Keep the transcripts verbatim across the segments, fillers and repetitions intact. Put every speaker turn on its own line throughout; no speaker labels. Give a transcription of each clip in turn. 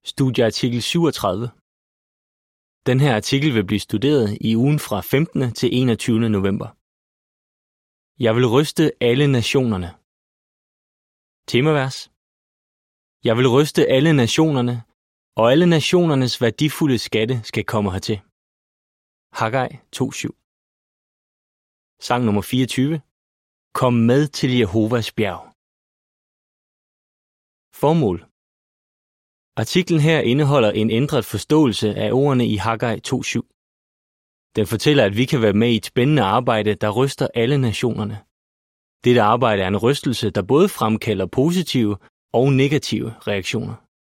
Studieartikel syvogtredive. Den her artikel vil blive studeret i ugen fra femtende til enogtyvende november. Jeg vil ryste alle nationerne. Temavers. Jeg vil ryste alle nationerne, og alle nationernes værdifulde skatte skal komme hertil. Haggai to syv. Sang nummer fireogtyve. Kom med til Jehovas bjerg. Formål. Artiklen her indeholder en ændret forståelse af ordene i Haggai to syv. Den fortæller, at vi kan være med i et spændende arbejde, der ryster alle nationerne. Dette arbejde er en rystelse, der både fremkalder positive og negative reaktioner.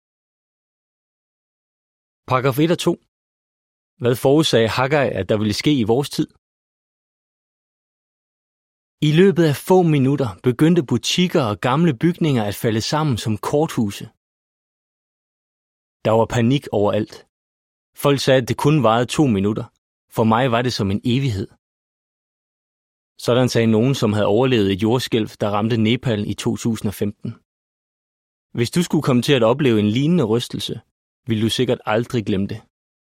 Paragraf et og to. Hvad forudsagde Haggai, at der ville ske i vores tid? I løbet af få minutter begyndte butikker og gamle bygninger at falde sammen som korthuse. Der var panik overalt. Folk sagde, at det kun varede to minutter. For mig var det som en evighed. Sådan sagde nogen, som havde overlevet et jordskælv, der ramte Nepal i to tusind og femten. Hvis du skulle komme til at opleve en lignende rystelse, ville du sikkert aldrig glemme det.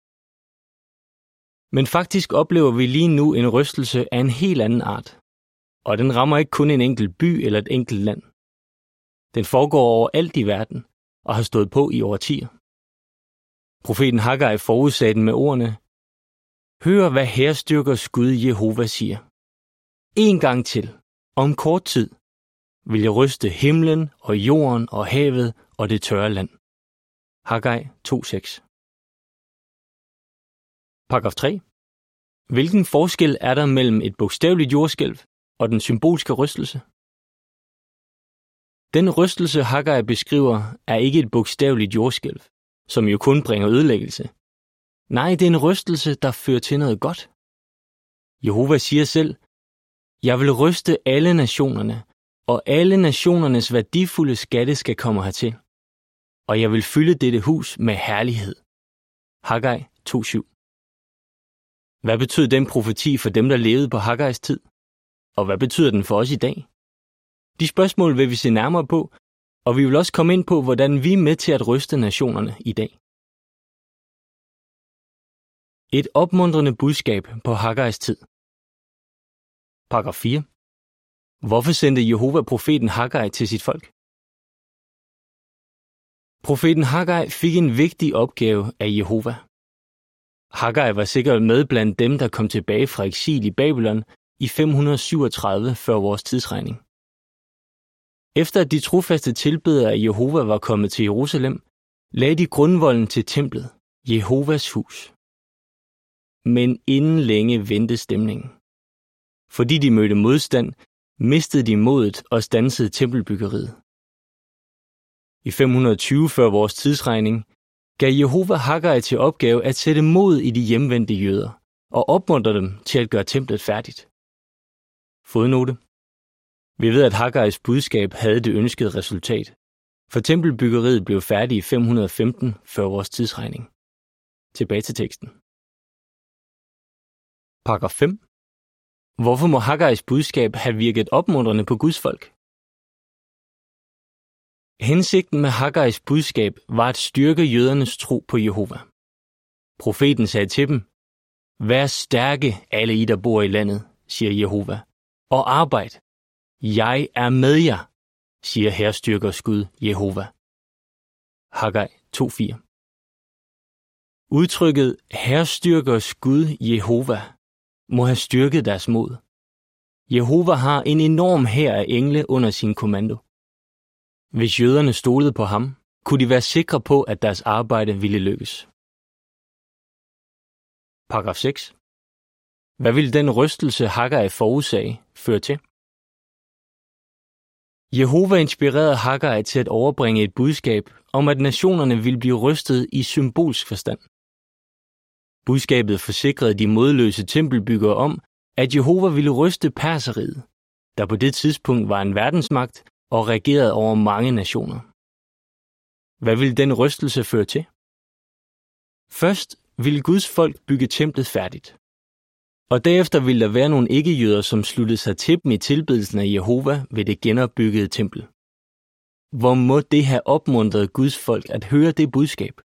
Men faktisk oplever vi lige nu en rystelse af en helt anden art. Og den rammer ikke kun en enkelt by eller et enkelt land. Den foregår overalt i verden og har stået på i årtier. Profeten Haggai forudsagde den med ordene: Hør, hvad hærstyrkers Gud Jehova siger. En gang til, om kort tid, vil jeg ryste himlen og jorden og havet og det tørre land. Haggai to seks. Paragraf tre. Hvilken forskel er der mellem et bogstaveligt jordskælv og den symbolske rystelse? Den rystelse, Haggai beskriver, er ikke et bogstaveligt jordskælv, som jo kun bringer ødelæggelse. Nej, det er en rystelse, der fører til noget godt. Jehova siger selv: Jeg vil ryste alle nationerne, og alle nationernes værdifulde skatte skal komme hertil. Og jeg vil fylde dette hus med herlighed. Haggai to syv. Hvad betød den profeti for dem, der levede på Haggais tid? Og hvad betyder den for os i dag? De spørgsmål vil vi se nærmere på, og vi vil også komme ind på, hvordan vi er med til at ryste nationerne i dag. Et opmuntrende budskab på Haggais tid. Paragraf fire. Hvorfor sendte Jehova profeten Haggai til sit folk? Profeten Haggai fik en vigtig opgave af Jehova. Haggai var sikkert med blandt dem, der kom tilbage fra eksil i Babylon i fem hundrede syvogtredive før vores tidsregning. Efter at de trofaste tilbedere af Jehova var kommet til Jerusalem, lagde de grundvolden til templet, Jehovas hus. Men inden længe vendte stemningen. Fordi de mødte modstand, mistede de modet og standsede tempelbyggeriet. I fem hundrede tyve før vores tidsregning gav Jehova Haggai til opgave at sætte mod i de hjemvendte jøder og opmuntre dem til at gøre templet færdigt. Fodnote. Vi ved, at Haggais budskab havde det ønskede resultat, for tempelbyggeriet blev færdigt i fem hundrede femten før vores tidsregning. Tilbage til teksten. Paragraf fem. Hvorfor må Haggais budskab have virket opmuntrende på Guds folk? Hensigten med Haggais budskab var at styrke jødernes tro på Jehova. Profeten sagde til dem: Vær stærke, alle I, der bor i landet, siger Jehova, og arbejd. Jeg er med jer, siger hærstyrkers Gud Jehova. Haggai to fire. Udtrykket hærstyrkers Gud Jehova må have styrket deres mod. Jehova har en enorm hær af engle under sin kommando. Hvis jøderne stolede på ham, kunne de være sikre på, at deres arbejde ville lykkes. Paragraf seks. Hvad ville den rystelse, Haggai forudsagde, føre til? Jehova inspirerede Haggai til at overbringe et budskab om, at nationerne ville blive rystet i symbolsk forstand. Budskabet forsikrede de modløse tempelbyggere om, at Jehova ville ryste Perseriet, der på det tidspunkt var en verdensmagt og regerede over mange nationer. Hvad ville den rystelse føre til? Først ville Guds folk bygge templet færdigt. Og derefter ville der være nogle ikke-jøder, som sluttede sig til dem i tilbedelsen af Jehova ved det genopbyggede tempel. Hvor må det have opmuntret Guds folk at høre det budskab?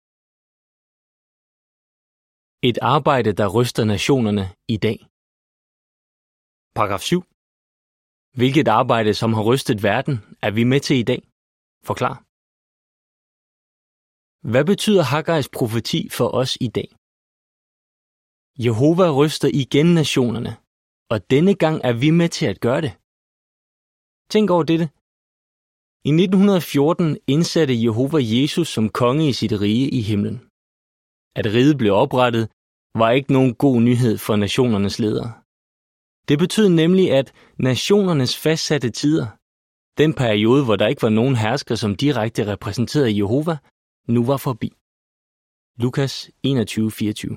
Et arbejde, der ryster nationerne i dag. Paragraf syv. Hvilket arbejde, som har rystet verden, er vi med til i dag? Forklar. Hvad betyder Haggais profeti for os i dag? Jehova ryster igen nationerne, og denne gang er vi med til at gøre det. Tænk over dette. I nitten fjorten indsatte Jehova Jesus som konge i sit rige i himlen. At riget blev oprettet, var ikke nogen god nyhed for nationernes ledere. Det betød nemlig, at nationernes fastsatte tider, den periode, hvor der ikke var nogen hersker, som direkte repræsenterede Jehova, nu var forbi. Lukas enogtyve fireogtyve.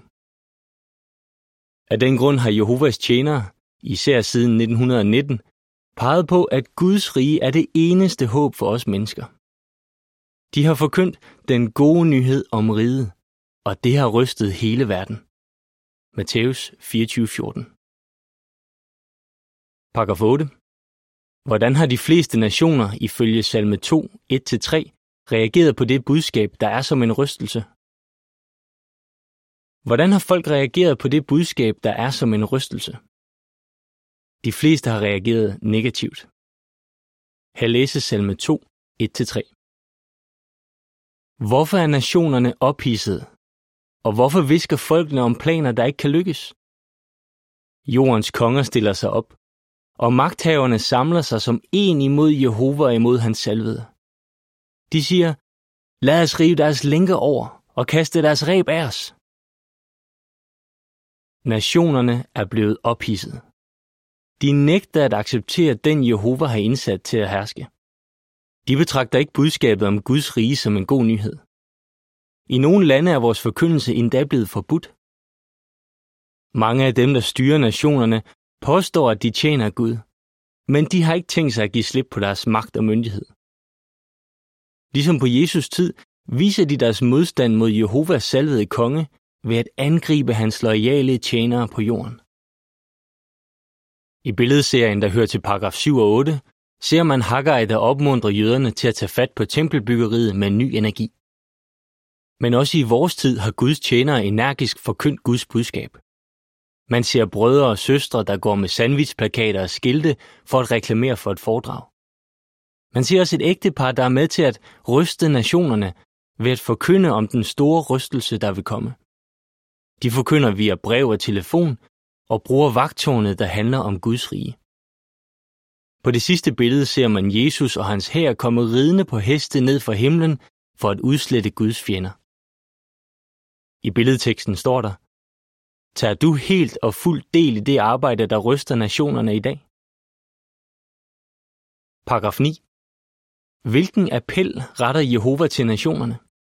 Af den grund har Jehovas tjenere, især siden nitten nitten, peget på, at Guds rige er det eneste håb for os mennesker. De har forkyndt den gode nyhed om riget, og det har rystet hele verden. Matthæus fireogtyve fjorten. Paragraf otte. Hvordan har de fleste nationer ifølge salme to, et til tre reageret på det budskab, der er som en rystelse? Hvordan har folk reageret på det budskab, der er som en rystelse? De fleste har reageret negativt. Her læses salme to, et til tre. Hvorfor er nationerne ophidsede? Og hvorfor visker folkene om planer, der ikke kan lykkes? Jordens konger stiller sig op, og magthaverne samler sig som en imod Jehova og imod hans salvede. De siger, lad os rive deres lænker over og kaste deres reb af os. Nationerne er blevet ophidset. De nægter at acceptere den Jehova har indsat til at herske. De betragter ikke budskabet om Guds rige som en god nyhed. I nogle lande er vores forkyndelse endda blevet forbudt. Mange af dem, der styrer nationerne, påstår, at de tjener Gud, men de har ikke tænkt sig at give slip på deres magt og myndighed. Ligesom på Jesus tid, viser de deres modstand mod Jehovas salvede konge ved at angribe hans loyale tjenere på jorden. I billedserien, der hører til paragraf syv og otte, ser man Haggai, der opmuntrer jøderne til at tage fat på tempelbyggeriet med ny energi. Men også i vores tid har Guds tjenere energisk forkyndt Guds budskab. Man ser brødre og søstre, der går med sandwichplakater og skilte for at reklamere for et foredrag. Man ser også et ægtepar, der er med til at ryste nationerne ved at forkynde om den store rystelse, der vil komme. De forkynder via brev og telefon og bruger vagttårnet, der handler om Guds rige. På det sidste billede ser man Jesus og hans hær komme ridende på heste ned fra himlen for at udslette Guds fjender. I billedteksten står der, tager du helt og fuldt del i det arbejde, der ryster nationerne i dag? Paragraf ni. Hvilken appel retter Jehova til nationerne?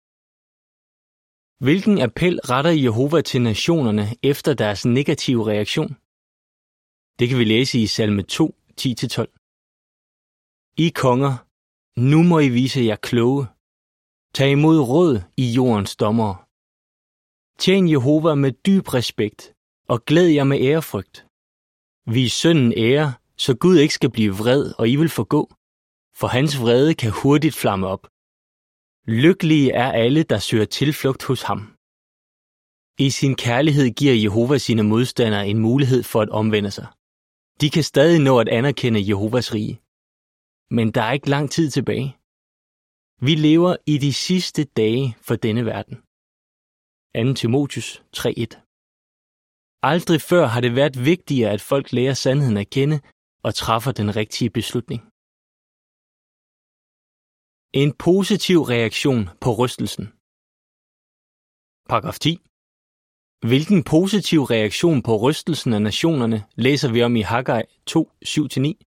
Hvilken appel retter Jehova til nationerne efter deres negative reaktion? Det kan vi læse i salme to, ti til tolv. I konger, nu må I vise jer kloge. Tag imod råd i jordens dommere. Tjen Jehova med dyb respekt, og glæd jer med ærefrygt. Vis sønnen ære, så Gud ikke skal blive vred, og I vil forgå, for hans vrede kan hurtigt flamme op. Lykkelige er alle, der søger tilflugt hos ham. I sin kærlighed giver Jehova sine modstandere en mulighed for at omvende sig. De kan stadig nå at anerkende Jehovas rige. Men der er ikke lang tid tilbage. Vi lever i de sidste dage for denne verden. anden Timotheus tre et. Aldrig før har det været vigtigere, at folk lærer sandheden at kende og træffer den rigtige beslutning. En positiv reaktion på rystelsen. Paragraf ti. Hvilken positiv reaktion på rystelsen af nationerne læser vi om i Haggai to, syv til ni?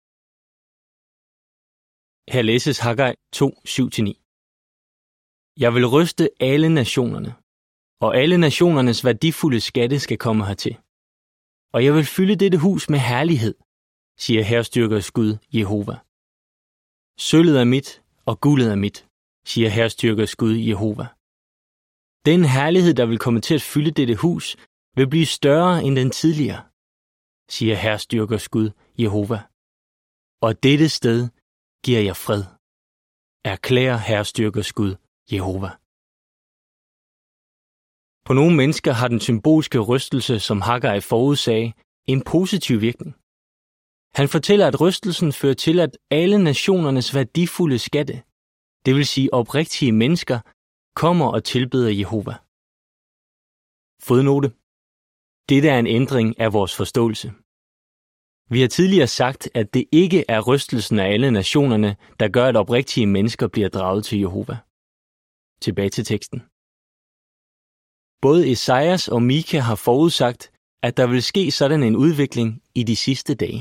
Her læses Haggai to, syv til ni. Jeg vil ryste alle nationerne, og alle nationernes værdifulde skatte skal komme hertil. Og jeg vil fylde dette hus med herlighed, siger Hærstyrkers Gud Jehova. Sølvet er mit, og guldet er mit, siger Hærstyrkers Gud Jehova. Den herlighed, der vil komme til at fylde dette hus, vil blive større end den tidligere, siger Hærstyrkers Gud Jehova. Og dette sted giver jeg fred, erklærer Hærstyrkers Gud Jehova. På nogle mennesker har den symbolske rystelse, som Haggai forudsagde, en positiv virkning. Han fortæller, at rystelsen fører til, at alle nationernes værdifulde skatte, det vil sige oprigtige mennesker, kommer og tilbeder Jehova. Fodnote. Dette er en ændring af vores forståelse. Vi har tidligere sagt, at det ikke er rystelsen af alle nationerne, der gør, at oprigtige mennesker bliver draget til Jehova. Tilbage til teksten. Både Esajas og Mika har forudsagt, at der vil ske sådan en udvikling i de sidste dage.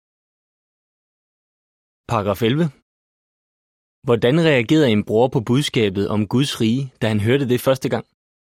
Paragraf elleve. Hvordan reagerede en bror på budskabet om Guds rige, da han hørte det første gang?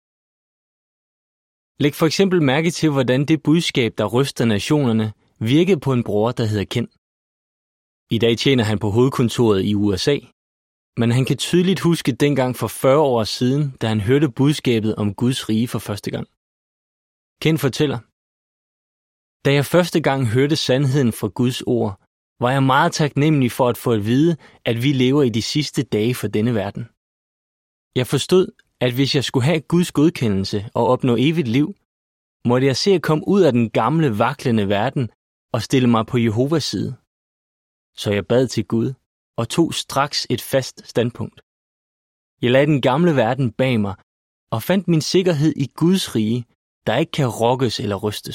Læg for eksempel mærke til, hvordan det budskab, der ryster nationerne, virkede på en bror, der hedder Ken. I dag tjener han på hovedkontoret i U S A, men han kan tydeligt huske dengang for fyrre år siden, da han hørte budskabet om Guds rige for første gang. Ken fortæller: Da jeg første gang hørte sandheden fra Guds ord, var jeg meget taknemmelig for at få at vide, at vi lever i de sidste dage for denne verden. Jeg forstod, at hvis jeg skulle have Guds godkendelse og opnå evigt liv, måtte jeg se at komme ud af den gamle, vaklende verden og stille mig på Jehovas side. Så jeg bad til Gud og tog straks et fast standpunkt. Jeg lagde den gamle verden bag mig og fandt min sikkerhed i Guds rige, der ikke kan rokkes eller rystes.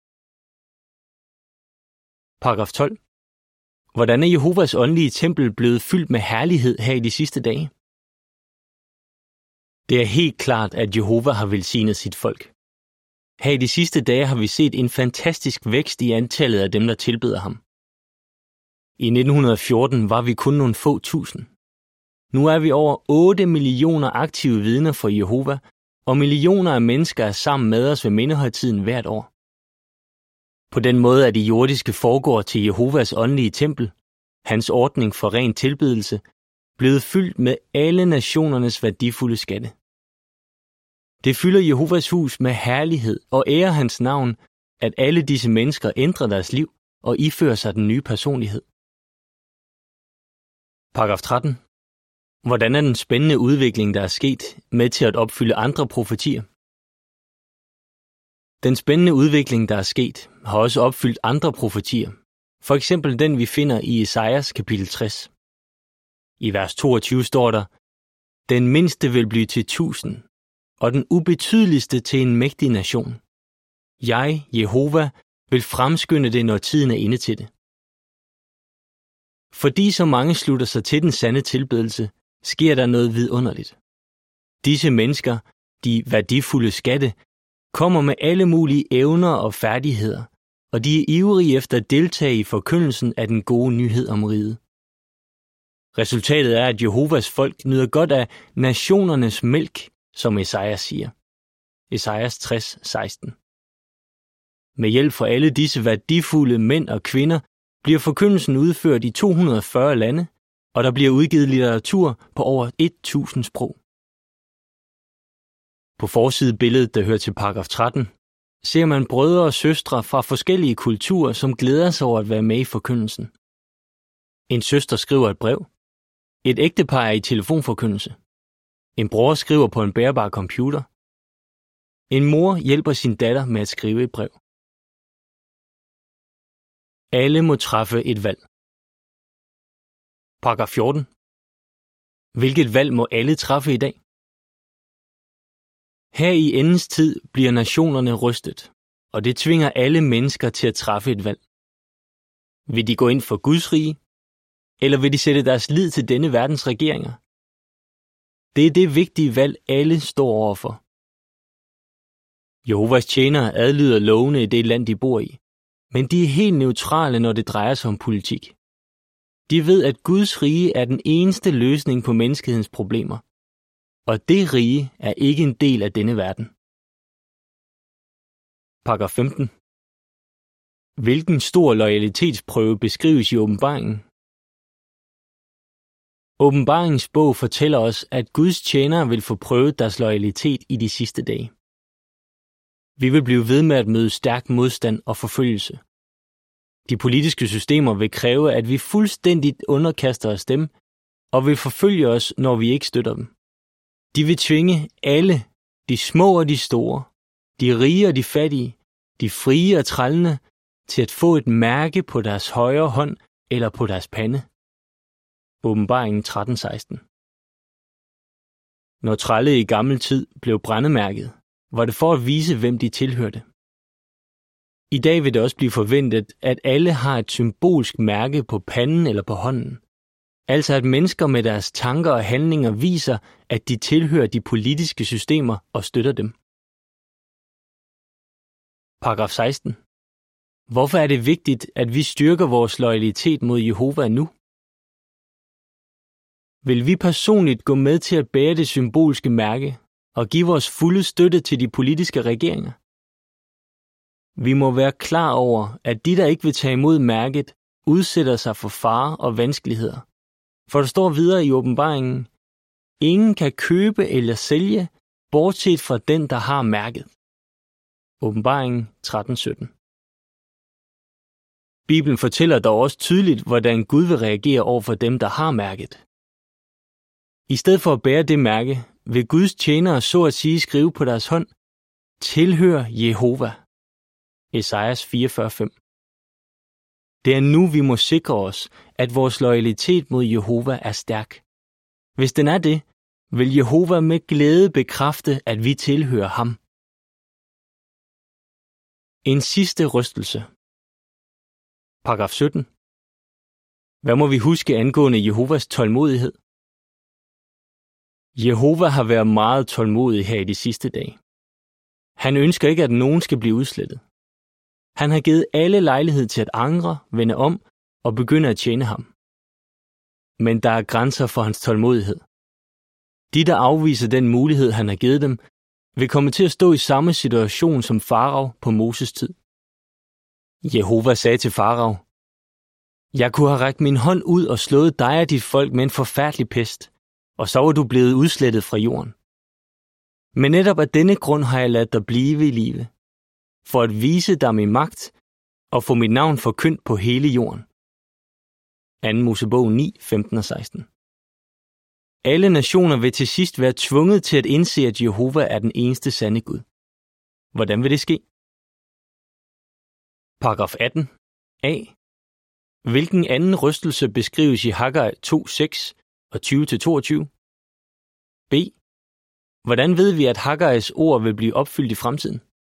Paragraf tolv. Hvordan er Jehovas åndelige tempel blevet fyldt med herlighed her i de sidste dage? Det er helt klart, at Jehova har velsignet sit folk. Her i de sidste dage har vi set en fantastisk vækst i antallet af dem, der tilbeder ham. I nitten fjorten var vi kun nogle få tusind. Nu er vi over otte millioner aktive vidner for Jehova, og millioner af mennesker er sammen med os ved mindehøjtiden hvert år. På den måde er de jordiske forgård til Jehovas åndelige tempel, hans ordning for ren tilbedelse, blevet fyldt med alle nationernes værdifulde skatte. Det fylder Jehovas hus med herlighed og ærer hans navn, at alle disse mennesker ændrer deres liv og ifører sig den nye personlighed. Paragraf tretten. Hvordan er den spændende udvikling, der er sket, med til at opfylde andre profetier? Den spændende udvikling, der er sket, har også opfyldt andre profetier, for eksempel den, vi finder i Esajas kapitel tres. I vers toogtyve står der: Den mindste vil blive til tusind, og den ubetydeligste til en mægtig nation. Jeg, Jehova, vil fremskynde det, når tiden er inde til det. Fordi så mange slutter sig til den sande tilbedelse, sker der noget vidunderligt. Disse mennesker, de værdifulde skatte, kommer med alle mulige evner og færdigheder, og de er ivrige efter at deltage i forkyndelsen af den gode nyhed om riget. Resultatet er, at Jehovas folk nyder godt af nationernes mælk, som Esajas siger. Esajas tres, seksten. Med hjælp fra alle disse værdifulde mænd og kvinder bliver forkyndelsen udført i to hundrede og fyrre lande, og der bliver udgivet litteratur på over tusind sprog. På forsidebilledet, der hører til paragraf tretten, ser man brødre og søstre fra forskellige kulturer, som glæder sig over at være med i forkyndelsen. En søster skriver et brev. Et ægtepar er i telefonforkyndelse. En bror skriver på en bærbar computer. En mor hjælper sin datter med at skrive et brev. Alle må træffe et valg. Paragraf fjorten. Hvilket valg må alle træffe i dag? Her i endens tid bliver nationerne rystet, og det tvinger alle mennesker til at træffe et valg. Vil de gå ind for Guds rige, eller vil de sætte deres lid til denne verdens regeringer? Det er det vigtige valg, alle står overfor. Jehovas tjenere adlyder lovene i det land, de bor i, men de er helt neutrale, når det drejer sig om politik. De ved, at Guds rige er den eneste løsning på menneskehedens problemer, og det rige er ikke en del af denne verden. Paragraf femten. Hvilken stor loyalitetsprøve beskrives i åbenbaringen? Åbenbaringens bog fortæller os, at Guds tjenere vil få prøvet deres loyalitet i de sidste dage. Vi vil blive ved med at møde stærk modstand og forfølgelse. De politiske systemer vil kræve, at vi fuldstændigt underkaster os dem, og vil forfølge os, når vi ikke støtter dem. De vil tvinge alle de små og de store, de rige og de fattige, de frie og trællende, til at få et mærke på deres højre hånd eller på deres pande. Åbenbaringen tretten seksten. Når trælle i gammel tid blev brændemærket, var det for at vise, hvem de tilhørte. I dag vil det også blive forventet, at alle har et symbolsk mærke på panden eller på hånden. Altså at mennesker med deres tanker og handlinger viser, at de tilhører de politiske systemer og støtter dem. Paragraf seksten. Hvorfor er det vigtigt, at vi styrker vores loyalitet mod Jehova nu? Vil vi personligt gå med til at bære det symbolske mærke og give vores fulde støtte til de politiske regeringer? Vi må være klar over, at de, der ikke vil tage imod mærket, udsætter sig for fare og vanskeligheder. For der står videre i åbenbaringen, ingen kan købe eller sælge, bortset fra den, der har mærket. Åbenbaringen tretten sytten. Bibelen fortæller dog også tydeligt, hvordan Gud vil reagere over for dem, der har mærket. I stedet for at bære det mærke, vil Guds tjenere så at sige skrive på deres hånd, tilhør Jehova. Esajas fireogfyrre fem. Det er nu, vi må sikre os, at vores loyalitet mod Jehova er stærk. Hvis den er det, vil Jehova med glæde bekræfte, at vi tilhører ham. En sidste rystelse. Paragraf sytten. Hvad må vi huske angående Jehovas tålmodighed? Jehova har været meget tålmodig her i de sidste dage. Han ønsker ikke, at nogen skal blive udslettet. Han har givet alle lejlighed til at angre, vende om og begynde at tjene ham. Men der er grænser for hans tålmodighed. De, der afviser den mulighed, han har givet dem, vil komme til at stå i samme situation som Farao på Moses tid. Jehova sagde til Farao, jeg kunne have rækket min hånd ud og slået dig og dit folk med en forfærdelig pest, og så var du blevet udslettet fra jorden. Men netop af denne grund har jeg ladet dig blive i live, for at vise dig min magt og få mit navn forkyndt på hele jorden. anden Mosebog ni, femten og seksten. Alle nationer vil til sidst være tvunget til at indse, at Jehova er den eneste sande Gud. Hvordan vil det ske? Paragraf atten. A. Hvilken anden rystelse beskrives i Haggai to seks og tyve til toogtyve? B. Hvordan ved vi, at Haggais ord vil blive opfyldt i fremtiden?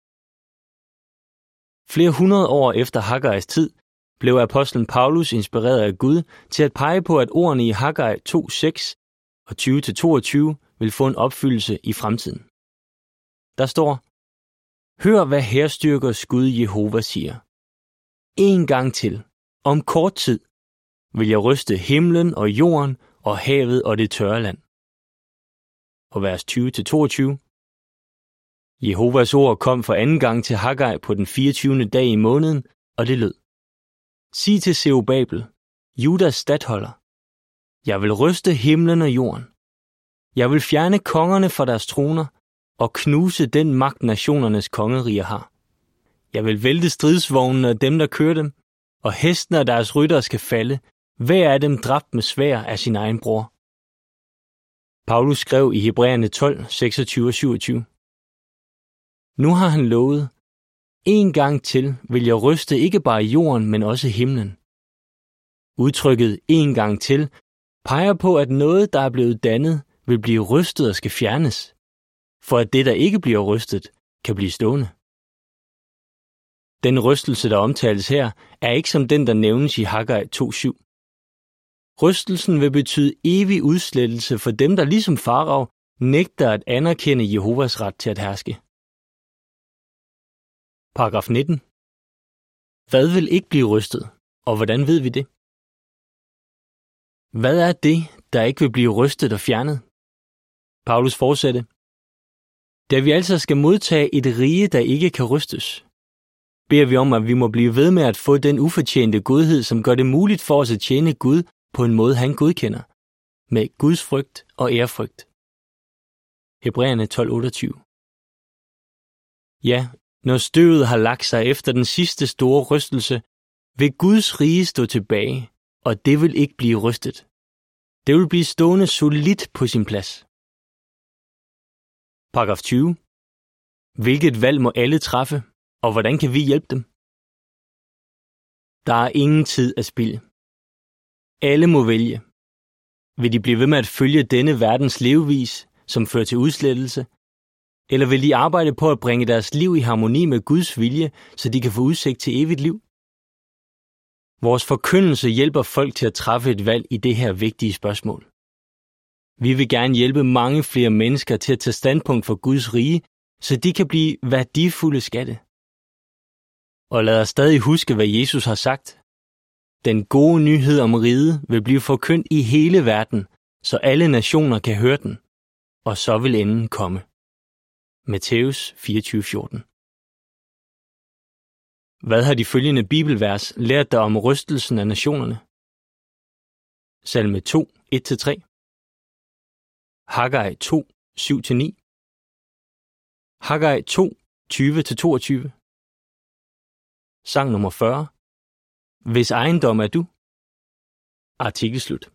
Flere hundrede år efter Haggais tid blev apostlen Paulus inspireret af Gud til at pege på, at ordene i Haggai to seks og tyve til toogtyve vil få en opfyldelse i fremtiden. Der står, hør hvad hærstyrkers Gud Jehova siger. En gang til, om kort tid, vil jeg ryste himlen og jorden og havet og det tørre land. Og vers tyve til toogtyve. Jehovas ord kom for anden gang til Haggai på den fireogtyvende dag i måneden, og det lød. Sig til Serubabel, Judas statholder, jeg vil ryste himlen og jorden. Jeg vil fjerne kongerne fra deres troner og knuse den magt nationernes kongeriger har. Jeg vil vælte stridsvognene og dem, der kører dem, og hestene og deres ryttere skal falde, hver af dem dræbt med sværd af sin egen bror. Paulus skrev i Hebræerne tolv, seksogtyve og syvogtyve. Nu har han lovet, en gang til vil jeg ryste ikke bare jorden, men også himlen. Udtrykket en gang til peger på, at noget, der er blevet dannet, vil blive rystet og skal fjernes, for at det, der ikke bliver rystet, kan blive stående. Den rystelse, der omtales her, er ikke som den, der nævnes i Haggai to syv. Rystelsen vil betyde evig udslettelse for dem, der ligesom Farao nægter at anerkende Jehovas ret til at herske. Paragraf nitten. Hvad vil ikke blive rystet, og hvordan ved vi det? Hvad er det, der ikke vil blive rystet og fjernet? Paulus fortsatte. Da vi altså skal modtage et rige, der ikke kan rystes, beder vi om, at vi må blive ved med at få den ufortjente godhed, som gør det muligt for os at tjene Gud på en måde, han godkender, med Guds frygt og ærefrygt. Hebræerne tolv otteogtyve. Ja, når støvet har lagt sig efter den sidste store rystelse, vil Guds rige stå tilbage, og det vil ikke blive rystet. Det vil blive stående solidt på sin plads. Paragraf tyve. Hvilket valg må alle træffe, og hvordan kan vi hjælpe dem? Der er ingen tid at spilde. Alle må vælge. Vil de blive ved med at følge denne verdens levevis, som fører til udslettelse, eller vil de arbejde på at bringe deres liv i harmoni med Guds vilje, så de kan få udsigt til evigt liv? Vores forkyndelse hjælper folk til at træffe et valg i det her vigtige spørgsmål. Vi vil gerne hjælpe mange flere mennesker til at tage standpunkt for Guds rige, så de kan blive værdifulde skatte. Og lad os stadig huske, hvad Jesus har sagt. Den gode nyhed om riget vil blive forkyndt i hele verden, så alle nationer kan høre den, og så vil enden komme. Matthæus fireogtyve fjorten. Hvad har de følgende bibelvers lært dig om rystelsen af nationerne? Salme to, et til tre. Haggai to, syv til ni. Haggai to, tyve til toogtyve. Sang nummer fyrre. Hvis ejendom er du. Artikel slut.